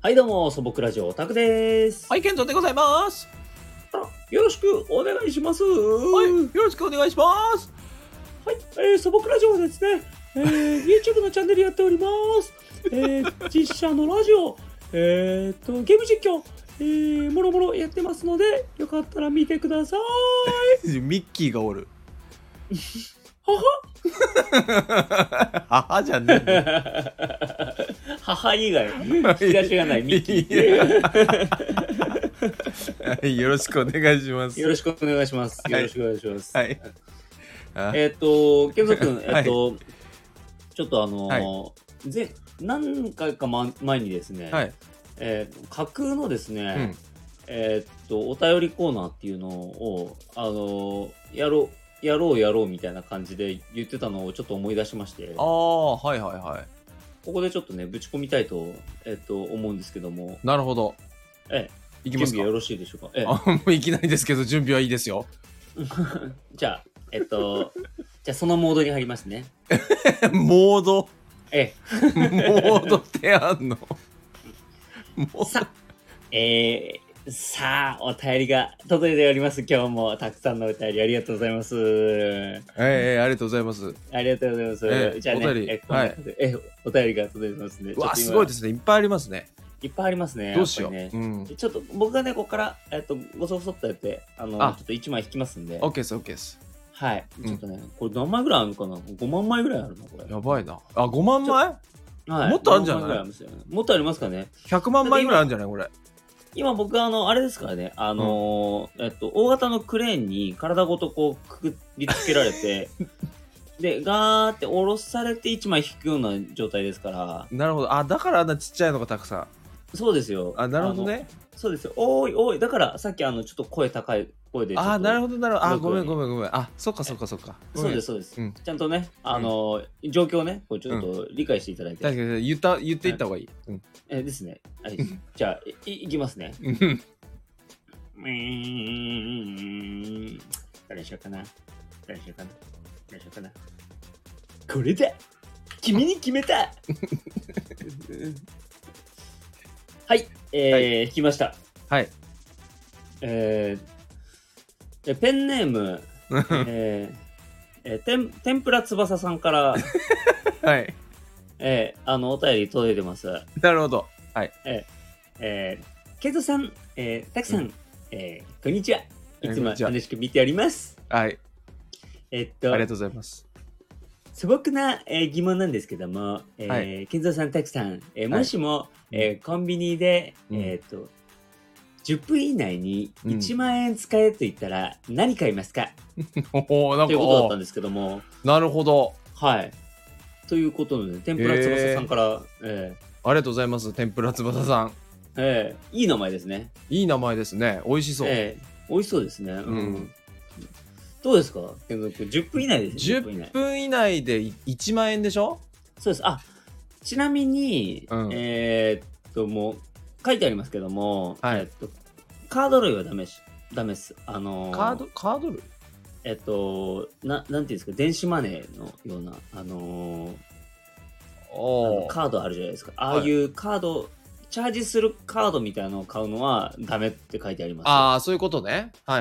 はいどうも、素朴ラジオオタクです。 はい、健三でございます。 よろしくお願いします。 はい、よろしくお願いします。 はい、素朴ラジオはですね、YouTube のチャンネルやっております。実写のラジオ、ゲーム実況、もろもろやってますので、よかったら見てください。 ミッキーがおる。 は母じゃねえよ。 母以外、引き出しがないミッキはい、よろしくお願いします。 よろしくお願いします。よろしくお願いします。 はい。 健三君、 はい、 ちょっとは何回か前にですね、 はい。 架空のですね、お便りコーナーっていうのを、やろうみたいな感じで言ってたのをちょっと思い出しまして、 ああ、はいはいはい。 ここでちょっとね、ぶち込みたいと、思うんですけども、 なるほど。 準いきますか。 備よろしいでしょうか。 もういきなりですけど、準備はいいですよ。 じゃあ、じゃあそのモードに入りますね。 モードえモードってあんのさあ、お便りが届いております。今日もたくさんのお便りありがとうございます。 ありがとうございます。 ありがとうございます。じゃあね、 お便りお便りが届いてますね。 うわ、すごいですね。いっぱいありますね。 いっぱいありますね。 どうしよう。 やっぱりうん。 ね、ちょっと僕がね、ここから、ごそごそっとやって、ちょっと1枚引きますんで。 OK です、OK です。 はい。ちょっとね、これ何枚ぐらいあるのかな ?5 万枚ぐらいあるな、これ。 やばいな。あ、5万枚はい。 もっとあるんじゃない？ もっとありますかね。 100万枚ぐらいあるんじゃないこれ。 今僕はあれですからね、大型のクレーンに体ごとこうくくりつけられて、で、ガーって下ろされて1枚引くような状態ですから。 なるほど。あ、だからあんなちっちゃいのがたくさん。 そうですよ。 あ、なるほどね。 そうですよ。おい。だからさっきちょっと声高い声でちょっと。 あ、なるほど。あ、ごめん。あ、そっか。 そうです。ちゃんとね、状況をね、こうちょっと理解していただいて。 確かに言っていった方がいい。 ですね。はい。じゃあ、いきますね。誰にしようかな。これだ、君に決めたはい、引きました。 はい。 ペンネーム、天ぷら翼さんから、 はい。 お便り届いてます。 なるほど。はい。 ケイトさん、たくさん、こんにちは。いつも楽しく見ております。 はい。ありがとうございます。 素朴な、疑問なんですけども、ケンゾーさん、たくさん、もしも、コンビニで、10分以内に1万円使えと言ったら何買いますか、 おなんかということだったんですけども。 なるほど。 はい。ということで、天ぷら翼さんから、 ありがとうございます、天ぷら翼さん。 いい名前ですね。 いい名前ですね。美味しそう。 美味しそうですね。どうですか10分以内ですね。10分以内で1万円でしょ？ そうです。ちなみに、もう書いてありますけども、カード類はダメです。カード類なんていうんですか、電子マネーのような、カードあるじゃないですか。ああいうカード、チャージするカードみたいなのを買うのはダメって書いてあります。 ああ、そういうことね。はい。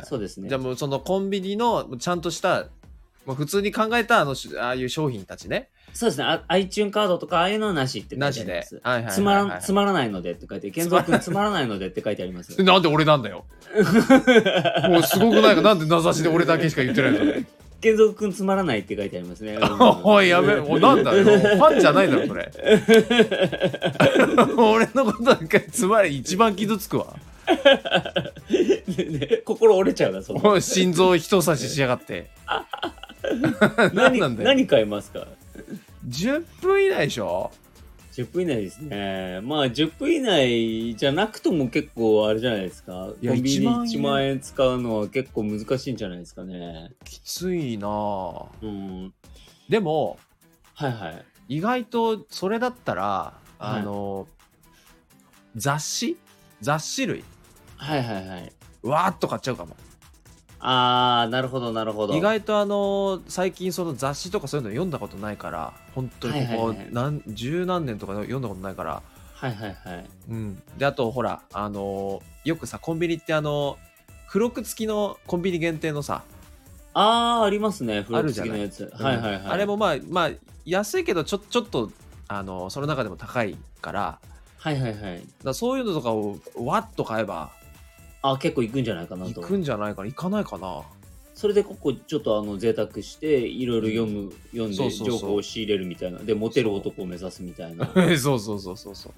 そうですね。 じゃあもうそのコンビニのちゃんとした、普通に考えたああいう商品たちね。 そうですね。iTunes カードとかああいうのはなしって書いてあります。つまらないのでって書いて、健三君つまらないのでって書いてあります。 なんで俺なんだよ。もうすごくないか。なんで名指しで俺だけしか言ってないの？ 健三君つまらないって書いてありますね。 おい、やめ、なんだよ。ファンじゃないだろ、それ。俺のことなんかつまり一番傷つくわ。 心折れちゃうな、その。 心臓人差ししやがって。 何買いますか ？10分以内でしょ ？10分以内ですね。まあ10分以内じゃなくとも結構あれじゃないですか。コンビニ1万円使うのは結構難しいんじゃないですかね。 きついなぁ。 うん。 でも、 はい意外とそれだったら、雑誌類。 はい。 わーっと買っちゃうかも。 なるほど。 意外と最近その雑誌とかそういうの読んだことないから、本当にここ十何年とか読んだことないから、 はいはいはい。 うん。で、あと、ほら、よくさ、コンビニって付録付きのコンビニ限定のさ、 ああ、ありますね。付録あるじゃない。 付きのやつ。はいうん。 はいはい。 あれもまあ、安いけど、ちょっと、その中でも高いから、 はいはいはい。 そういうのとかをわっと買えば、 あ、結構行くんじゃないかな行と。 くんじゃないかな、行かないかな。 それでここちょっと贅沢していろいろうん。 読んそうで情報をそうそう。 仕入れるみたいな。で、モテるそ男を目指すみたいな。 う。そうそうそうそうそう。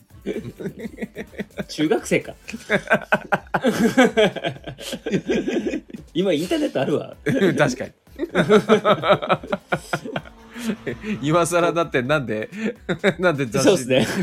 中学生か。今インターネットあるわ。 確かに。今更だってなんで雑誌。 そうですね。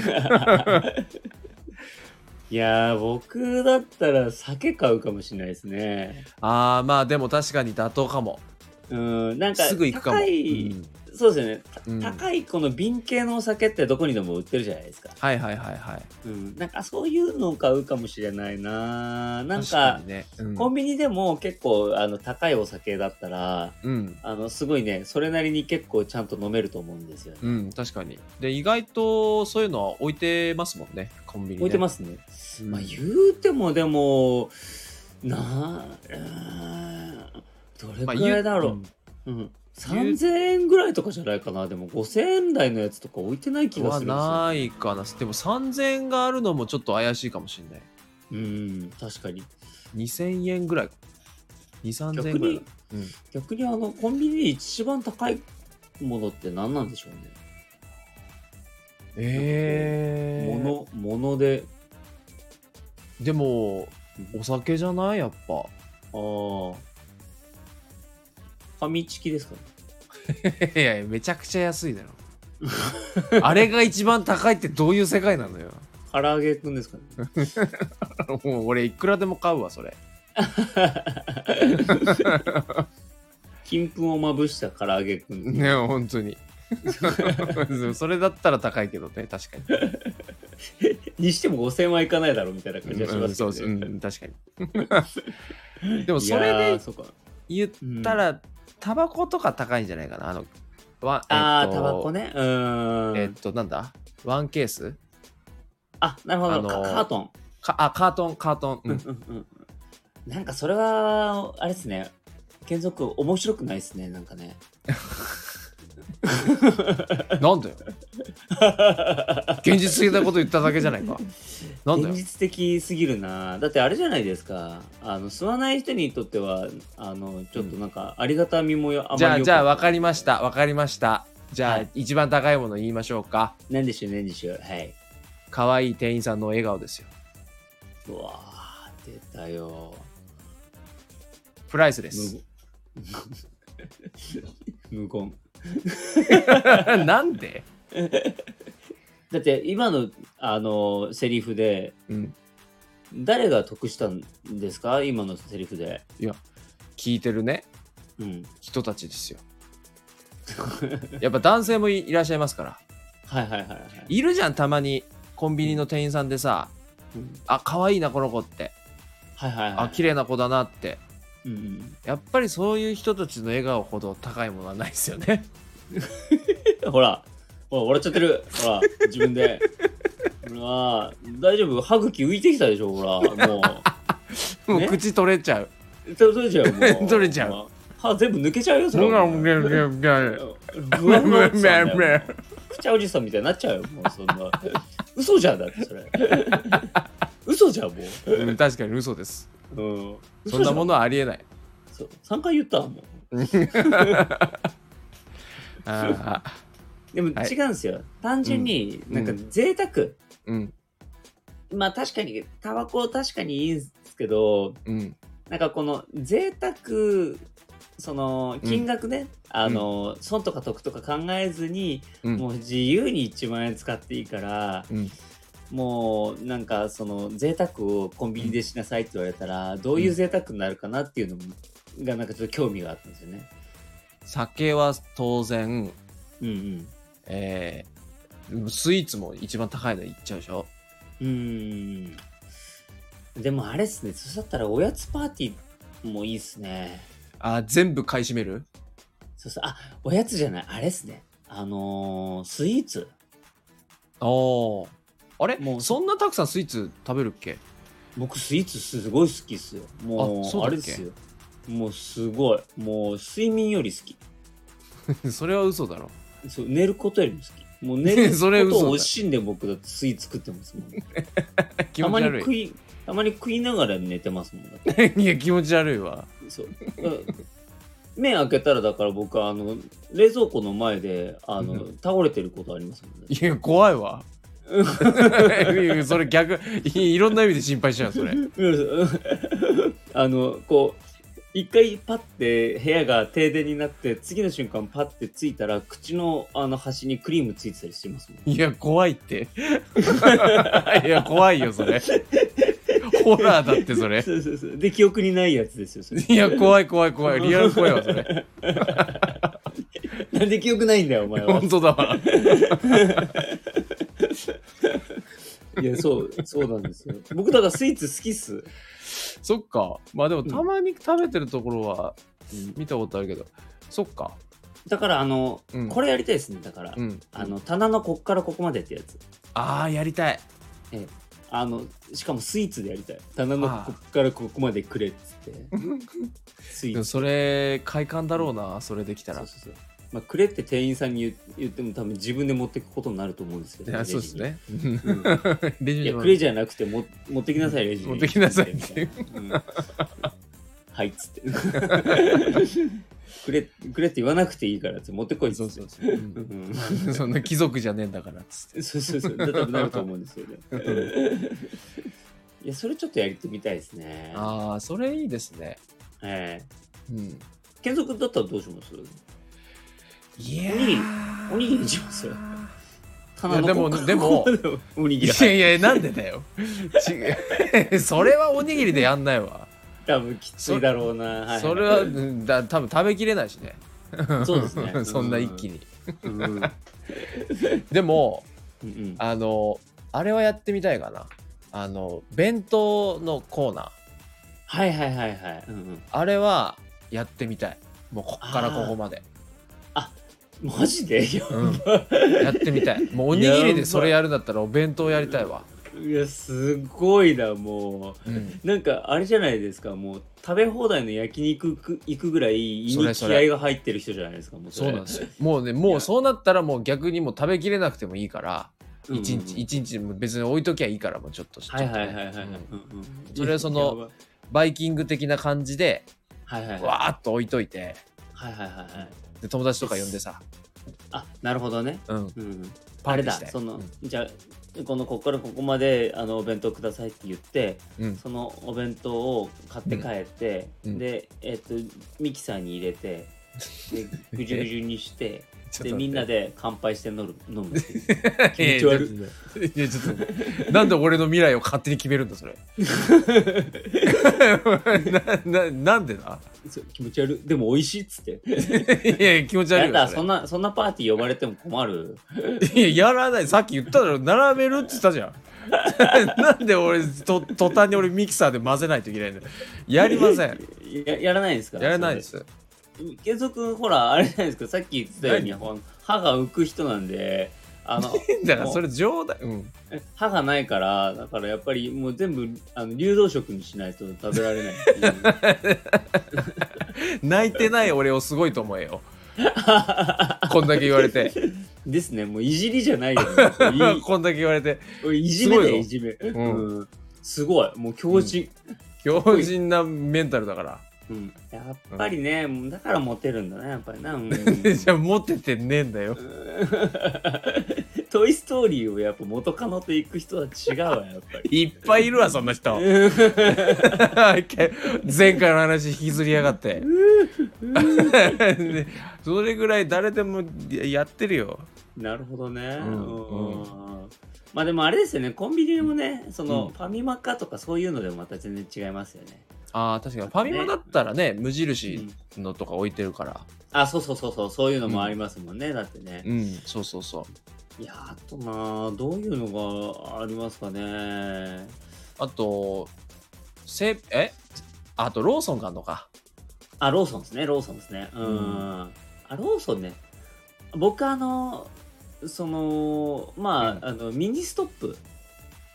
いやー、僕だったら酒買うかもしれないですね。 ああ、まあでも確かに妥当かも。 なんかすぐ行くか高も。うい、 ん。 そうですよね。 うん。 高いこの瓶系のお酒ってどこにでも売ってるじゃないですか。 はいはいはいはい。 なんかそういうのを買うかもしれないな。なんか確かにね。うん。 コンビニでも結構高いお酒だったら、 うん。 すごいね、それなりに結構ちゃんと飲めると思うんですよね。 うん、確かに。で、意外とそういうのは置いてますもんね、コンビニね。 置いてますね。まあうん。 言うてもでも、なあ、どれまあ、 くらいだろうん。 う。 言 3000円ぐらいとかじゃないかな。でも5000円台のやつとか置いてない気うはがするんですよね。 ないかな。でも3000円があるのもちょっと怪しいかもしれない。 確かに。 2000円ぐらい。2、3000円ぐらいだ。 逆に、 うん。 逆にコンビニで一番高いものって何なんでしょうね。なんかこう、 え物で、 でも、 うんお酒じゃないやっぱ。 ああ、ファミチキですかね。 いやいや、めちゃくちゃ安いだろ。あれが一番高いってどういう世界なのよ。 唐揚げくんですかね。 もう俺いくらでも買うわ、それ。 金粉をまぶした唐揚げくんっていね、 う。 本当に。それだったら高いけどね、確かにしても5000はいかないだろうみたいな感じに。 はしうん、 ますけどね。 そうそう、うん、確かに。でもいやー、 それでそうか。 言ったら、タバコとか高いんじゃないかな。 タバコね。 なんだワンケースあ、なるほど。カーあの、 トン。 カートン。うん。 なんかそれは、あれですね。継続面白くないですね。なんかね。 なんだよ。現実的なこと言っただけじゃないか。なんだよ。 現実的すぎるな。だってあれじゃないですか。吸わない人にとっては、ちょっとなんかありがたみもあまりよくじゃあ、わかりました。わかりました。じゃあ、 はい。 一番高いもの言いましょうか。 なんでしょう、なんでしょう。はい。 可愛い店員さんの笑顔ですよ。 うわー、出たよ。 プライスで無す。 無言。 なんで？ だって今のセリフでうん。 誰が得したんですか？今のセリフで。 いや、聞いてるね、 うん。 人たちですよ。やっぱ男性もいらっしゃいますから。 はいはいはいはい。 いるじゃん、たまに。コンビニの店員さんでさ、あ、可愛いな、この子って。 はいはいはい。 あ、綺麗な子だなって。 うんやっぱりそういう人たちの笑顔ほど高いものはないですよね。 ほら、笑っちゃってる。ほら、自分で。ほら、大丈夫？歯茎浮いてきたでしょ、ほら、もう。 もうね、 口取れちゃう。 取れちゃう、もう。 取れちゃう。 も歯全部抜けちゃうよ、それ。 ふもうふわふわおじさんだよ。くちゃおじさんみたいになっちゃうよ、もうそんな。嘘じゃん、だってそれ。嘘じゃん、もうん、確かに嘘です。 う。うん。 そんなものはありえない。 そう、3回言ったわ、もう。 あでもはい違うんですよ。単純に、なんか贅沢。 うん。 まあ確かに、タバコ確かにいいんですけど、 うん。 なんかこの贅沢、その金額ね、損とか得とか考えずに、 うん。 もう自由に1万円使っていいから、 うん。 もうなんかその贅沢をコンビニでしなさいって言われたら、どういう贅沢になるかなっていうのがなんかちょっと興味があったんですよね。 酒は当然、 うんスイーツも一番高いのいっちゃうでしょ。 うん。でもあれっすね、そしたったらおやつパーティーもいいっすね。 あ、全部買い占める？ そうそう、あ、おやつじゃない、あれっすね。スイーツ。 おー。 あれもうそんなたくさんスイーツ食べるっけ？ 僕スイーツすごい好きっすよ。もうあそうだっけあれですよ。もうすごい。もう睡眠より好き。 それは嘘だろ。 そう、寝ることよりも好き。もう寝るそれ嘘だことを惜しんで僕だってスイーツ作ってますもん。 気たま持ち悪い。 にたまに食いながら寝てますもん。だっていや気持ち悪いわ。 そう。目開けたらだから僕は冷蔵庫の前で倒れてることありますもんね。 いや怖いわ。いやそれ逆いろんな意味で心配しちゃうそれ。 こう一回パッて部屋が停電になって次の瞬間パッてついたら口の端にクリームついてたりしてますもん。 いや怖いって。いや怖いよそれ。ホラーだってそれ。 そうそうそうで記憶にないやつですよそれ。 いや怖い怖い怖いリアル怖いわそれ。 なんで記憶ないんだよお前は。 本当だわ。 いやそうなんですよ。僕だからスイーツ好きっす。 そっか。まあでもたまに食べてるところは見たことあるけど、そっか。 だからうんこれやりたいですね。だから、 うん。 棚のこっからここまでってやつ。 ああやりたい。 しかもスイーツでやりたい。棚のこっからここまでくれっつってスイーツ。 でもそれ快感だろうな、それできたら。 そうそうそう。まあ、くれって店員さんに言っても多分自分で持っていくことになると思うんですけど、 いやそうですね。レジいや、 のくれじゃなくて持ってきなさい、レジに。 持ってきなさいってはいっつって。くれって言わなくていいからって持ってこいっつって。 そうそうそう。そんな貴族じゃねえんだからっつって。 そうそうそう。だ多分なると思うんですよね。いや、それちょっとやってみたいですね。 ああ、それいいですね。 健三君だったらどうします？ いやおにぎりにしますよ。 でもおにぎり。 いやなんでだよ。それはおにぎりでやんないわ。 多分きついだろうな。 それは多分食べきれないしね。 そうですね。 そんな一気に。でもあれはやってみたいかな。弁当のコーナー。 はいはいはいはい。 あれはやってみたい。もうこっからここまで。 マジで？ やってみたい。もうおにぎりでそれやるんだったらお弁当やりたいわ。 いやすごいなもう、なんかあれじゃないですか。もう食べ放題の焼肉行くぐらい胃に気合が入ってる人じゃないですか。もうそうなんですよ。もうねもうそうなったらもう逆にもう食べきれなくてもいいから一日別に置いときゃいいからもうちょっとはいはいはいはい。 それはそのバイキング的な感じでわーっと置いといてで友達とか呼んでさなるほどね。 パあれだじゃあこっからここまでお弁当くださいって言って、そのお弁当を買って帰って、でミキサーに入れてでぐじゅぐじゅにしてでみんなで乾杯して飲むっていう気持ち悪い。 いやちょっとなんで俺の未来を勝手に決めるんだそれ。なんでだ。 気持ち悪い。でも美味しいっつって。 いや気持ち悪いよ。 そんなパーティー呼ばれても困る。 いややらない。さっき言っただろ並べるって言ったじゃん。なんで俺途端に俺ミキサーで混ぜないといけないんだよ。やりません。 やらないんですか？ やらないです。 健三君ほらあれじゃないですか。さっき言ってたように歯が浮く人なんでだからそれ冗談。 歯がないからだからやっぱりもう全部流動食にしないと食べられないっていう。 泣いてない俺をすごいと思えよ。こんだけ言われて。 ですね。もういじりじゃないよ、 ね。こんだけ言われて。 いじめでいじめ。すごい。もう強靭。 強靭なメンタルだから。 やっぱりね、だからモテるんだね、やっぱりな。 じゃあモテてねえんだよ。 トイ・ストーリーをやっぱ元カノと行く人は違うわ、やっぱり。 いっぱいいるわ、そんな人。前回の話引きずりやがって。それぐらい誰でもやってるよ。 なるほどね。まあでもあれですよね、コンビニもね、ファミマかとかそういうのでもまた全然違いますよね。 ああ確かにファミマだったらね無印のとか置いてるから、 そうそういうのもありますもんね、だってね。 そういやあとどういうのがありますかね。 あとあとローソンがあるのか。 ローソンですね。ローソンね。僕ミニストップ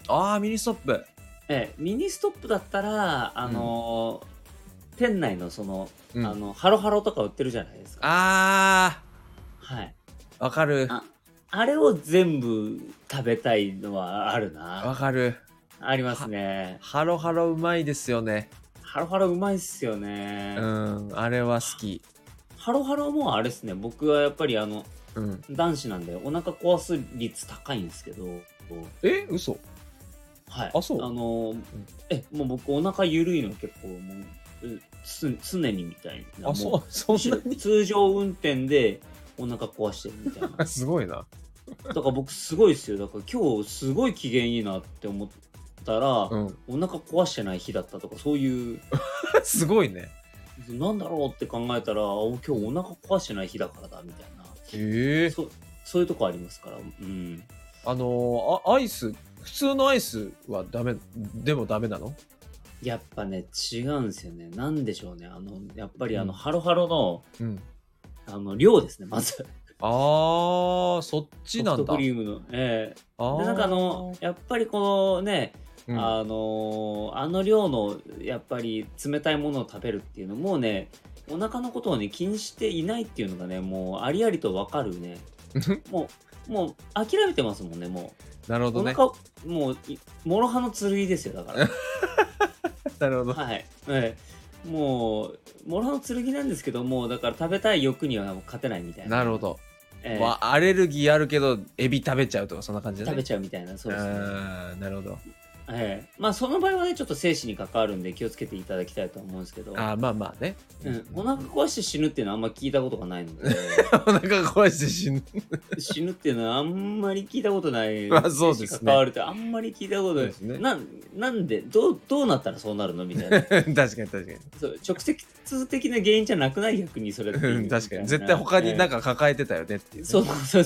ああミニストップ。 ミニストップだったら店内のその、 うんハロハロとか売ってるじゃないですか。 あはい。 ーわかるあれを全部食べたいのはあるな。 わかる。 ありますね。 ハロハロうまいですよね。 ハロハロうまいっすよね。 あれは好き。 ハロハロもあれですね。僕はやっぱりうん男子なんでお腹壊す率高いんですけど。 嘘。 はい。 あそうもう僕お腹緩いの結構もう常にみたいな。 そんなに通常運転でお腹壊してるみたいな。 すごいな。 だから僕すごいですよ。だから今日すごい機嫌いいなって思ったら、お腹壊してない日だったとかそういうすごいね。 なんだろうって考えたら今日お腹壊してない日だからだみたいな。そういうとこありますから。 アイス普通のアイスはダメでもダメなの？ やっぱね違うんですよね。なんでしょうね。やっぱりハロハロの、量ですねまず。 そっちなんだ。 ソフトクリームの。でなんかやっぱりこのね、あの量のやっぱり冷たいものを食べるっていうのもね、お腹のことをね気にしていないっていうのがね、もうありありと分かるね。もう諦めてますもんね。もうなるほどね。 もう諸刃の剣ですよだから。 なるほど。 はい。もう諸刃の剣なんですけども、だから食べたい欲には勝てないみたいな。 なるほど。アレルギーあるけどエビ食べちゃうとかそんな感じだね。 食べちゃうみたいな。そうですね。 なるほど。 まあその場合はねちょっと生死に関わるんで気をつけていただきたいと思うんですけど、 まあね、 お腹壊して死ぬっていうのはあんま聞いたことがないのでお腹壊して死ぬっていうのはあんまり聞いたことない。 そうですね。 関わるってあんまり聞いたことないですね。なんでどうなったらそうなるのみたいな。 確かにそう直接的な原因じゃなくない逆にそれっていう確かに絶対他になんか抱えてたよねっていう、 そう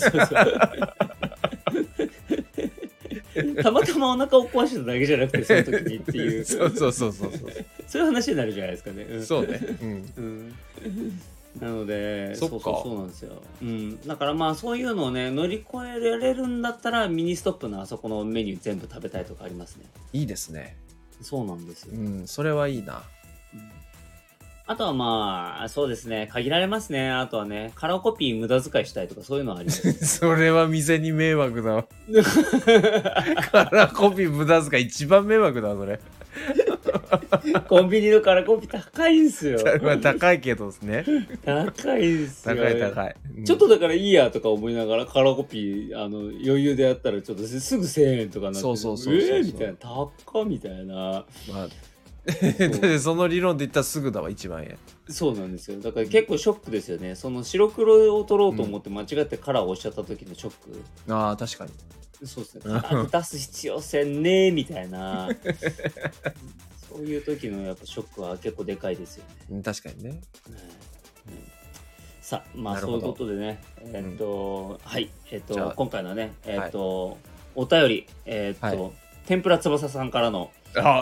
たまたまお腹を壊しただけじゃなくてその時にっていうそういう話になるじゃないですかね。 そうね。 なのでそうなんですよ。だからまあそういうのをね乗り越えられるんだったらミニストップのあそこのメニュー全部食べたいとかありますね。 いいですね。 そうなんですよ。 それはいいな。 あとはまあそうですね、限られますね。あとはねカラーコピー無駄遣いしたいとかそういうのはあります、ね、 それは店に迷惑だわ。カラーコピー無駄遣い一番迷惑だわそれ。 コンビニのカラーコピー高いんすよ。 高いけどですね。 高いんすよ。 高い、 ちょっとだからいいやとか思いながらカラーコピー余裕でやったらちょっとすぐ1000円とかなって、 そうみたいな高みたいな。 その理論で言ったらすぐだわ1万円。 そうなんですよ。だから結構ショックですよね。その白黒を取ろうと思って間違ってカラーを押しちゃった時のショック。 確かに。 そうですね。カラー出す必要性ねえみたいな。そういう時のやっぱショックは結構でかいですよね。 確かにね。 さあまあそういうことでね、はい今回のねお便り天ぷら翼さんからの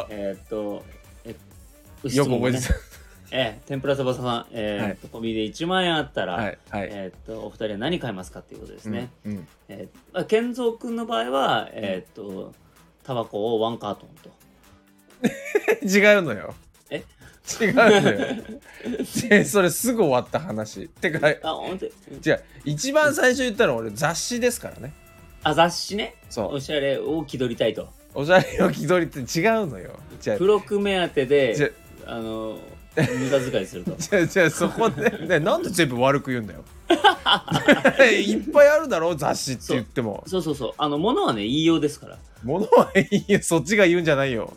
よく覚えてた。 天ぷら翼さん、コンビニで1万円あったら、お二人は何買いますかっていうことですね。健三君の場合はタバコを1カートンと。 違うのよ。違うのよ。それすぐ終わった話。てか、じゃあ一番最初言ったの俺雑誌ですからね。 雑誌ね。 そう。 おしゃれを気取りたいと。 おしゃれを気取りって違うのよ。 付録目当てで無駄遣いすると。 じゃあそこでなんで全部悪く言うんだよ。いっぱいあるだろ雑誌って言っても。 そう物はね言いようですから。 物はいいよ、そっちが言うんじゃないよ。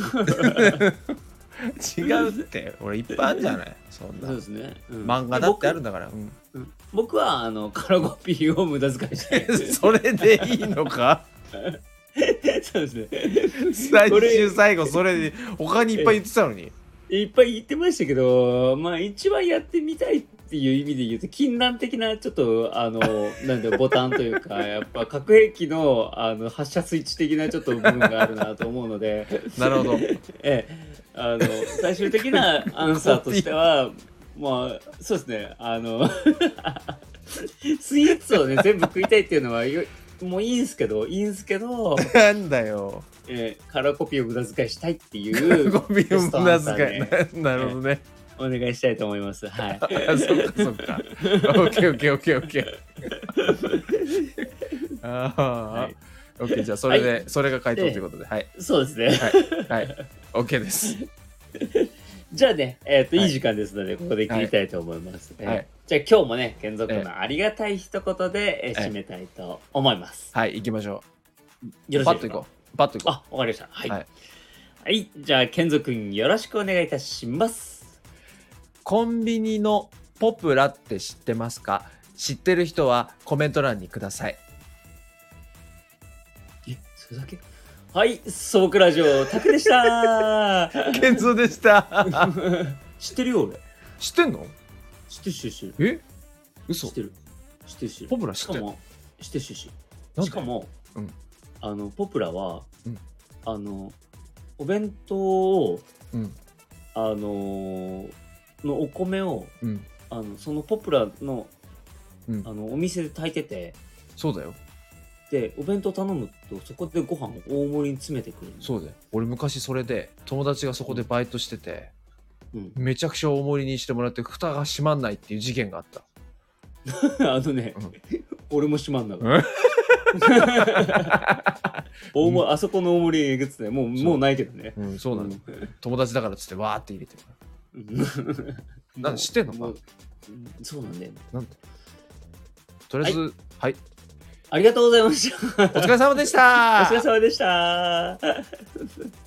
違うって俺いっぱいあるんじゃない。そんなそうですね、 漫画だってあるんだから。 僕はカラーコピーを無駄遣いして。 それでいいのか。 そうですね。 最後それで他にいっぱい言ってたのに。 いっぱい言ってましたけど、まあ一番やってみたいっていう意味で言うと禁断的なちょっとなんだボタンというかやっぱ核兵器の発射スイッチ的なちょっと部分があるなと思うので。 なるほど。 最終的なアンサーとしてはまあそうですねスイーツをね全部食いたいっていうのはもういいんすけどなんだよ。 カラーコピーを無駄遣いしたいっていうゴミを無駄遣い。なるほどね。 お願いしたいと思います。はい。 そっかそっか。オッケーオッケーオッケーオッケー。ああ、オッケー、じゃあそれで、それが回答ということで、はい。 そうですね。 はい。オッケーです。 じゃあね、いい時間ですので、ここで切りたいと思います。じゃあ今日もね、健三君のありがたい一言で締めたいと思います。 はい、行きましょう。よろしいですか？ パッと行こう。パッと行こう。 あ、わかりました。はい。はい、じゃあ健三君よろしくお願いいたします。 コンビニのポプラって知ってますか？知ってる人はコメント欄にください。 それだけ？はい、素朴ラジオタクでした。 健三でした。 知ってるよ俺。 知ってんの？ 知ってる。 え？嘘？ 知ってる。 ポプラ知ってる。 知ってる。しかも、ポプラは、お弁当を、のお米を、そのポプラの、お店で炊いてて。 そうだよ。 でお弁当頼むとそこでご飯を大盛りに詰めてくる。 そうだよ。俺昔それで友達がそこでバイトしてて、めちゃくちゃ大盛りにしてもらって蓋が閉まんないっていう事件があった。 俺も閉まんなかった。あそこの大盛りえぐっててもうないけどね。 そうなの。友達だからっつってわーって入れてる。なん知ってんのか？ そうなんだよ。 なんで？とりあえず、はい。 ありがとうございました。 お疲れ様でした。 お疲れ様でした。